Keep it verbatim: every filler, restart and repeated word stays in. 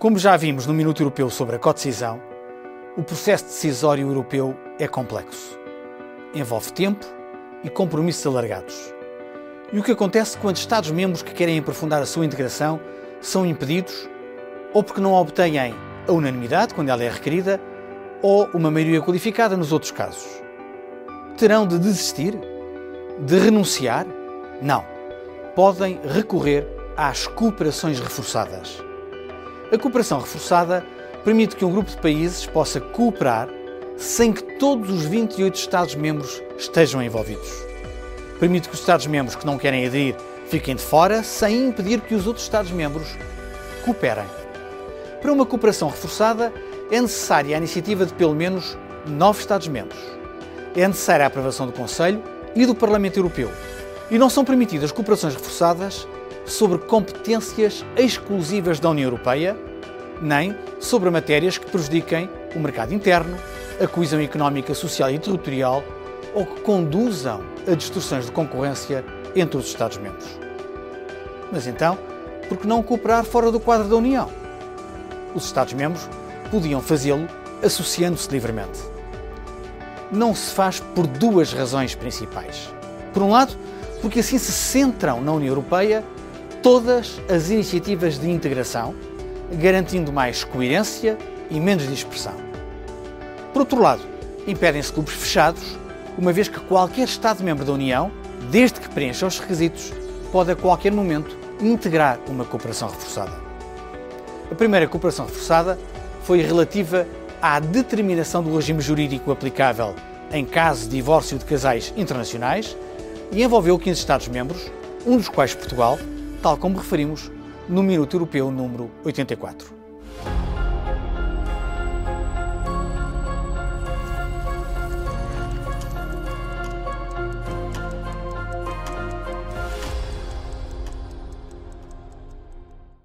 Como já vimos no Minuto Europeu sobre a codecisão, o processo decisório europeu é complexo. Envolve tempo e compromissos alargados. E o que acontece quando Estados-membros que querem aprofundar a sua integração são impedidos ou porque não obtêm a unanimidade, quando ela é requerida, ou uma maioria qualificada nos outros casos? Terão de desistir? De renunciar? Não. Podem recorrer às cooperações reforçadas. A cooperação reforçada permite que um grupo de países possa cooperar sem que todos os vinte e oito Estados-membros estejam envolvidos. Permite que os Estados-membros que não querem aderir fiquem de fora, sem impedir que os outros Estados-membros cooperem. Para uma cooperação reforçada, é necessária a iniciativa de pelo menos nove Estados-membros. É necessária a aprovação do Conselho e do Parlamento Europeu. E não são permitidas cooperações reforçadas sobre competências exclusivas da União Europeia, nem sobre matérias que prejudiquem o mercado interno, a coesão económica, social e territorial ou que conduzam a distorções de concorrência entre os Estados-membros. Mas então, por que não cooperar fora do quadro da União? Os Estados-membros podiam fazê-lo associando-se livremente. Não se faz por duas razões principais. Por um lado, porque assim se centram na União Europeia todas as iniciativas de integração, garantindo mais coerência e menos dispersão. Por outro lado, impedem-se clubes fechados, uma vez que qualquer Estado-membro da União, desde que preencha os requisitos, pode a qualquer momento integrar uma cooperação reforçada. A primeira cooperação reforçada foi relativa à determinação do regime jurídico aplicável em caso de divórcio de casais internacionais e envolveu quinze Estados-membros, um dos quais Portugal, tal como referimos no Minuto Europeu número oitenta e quatro.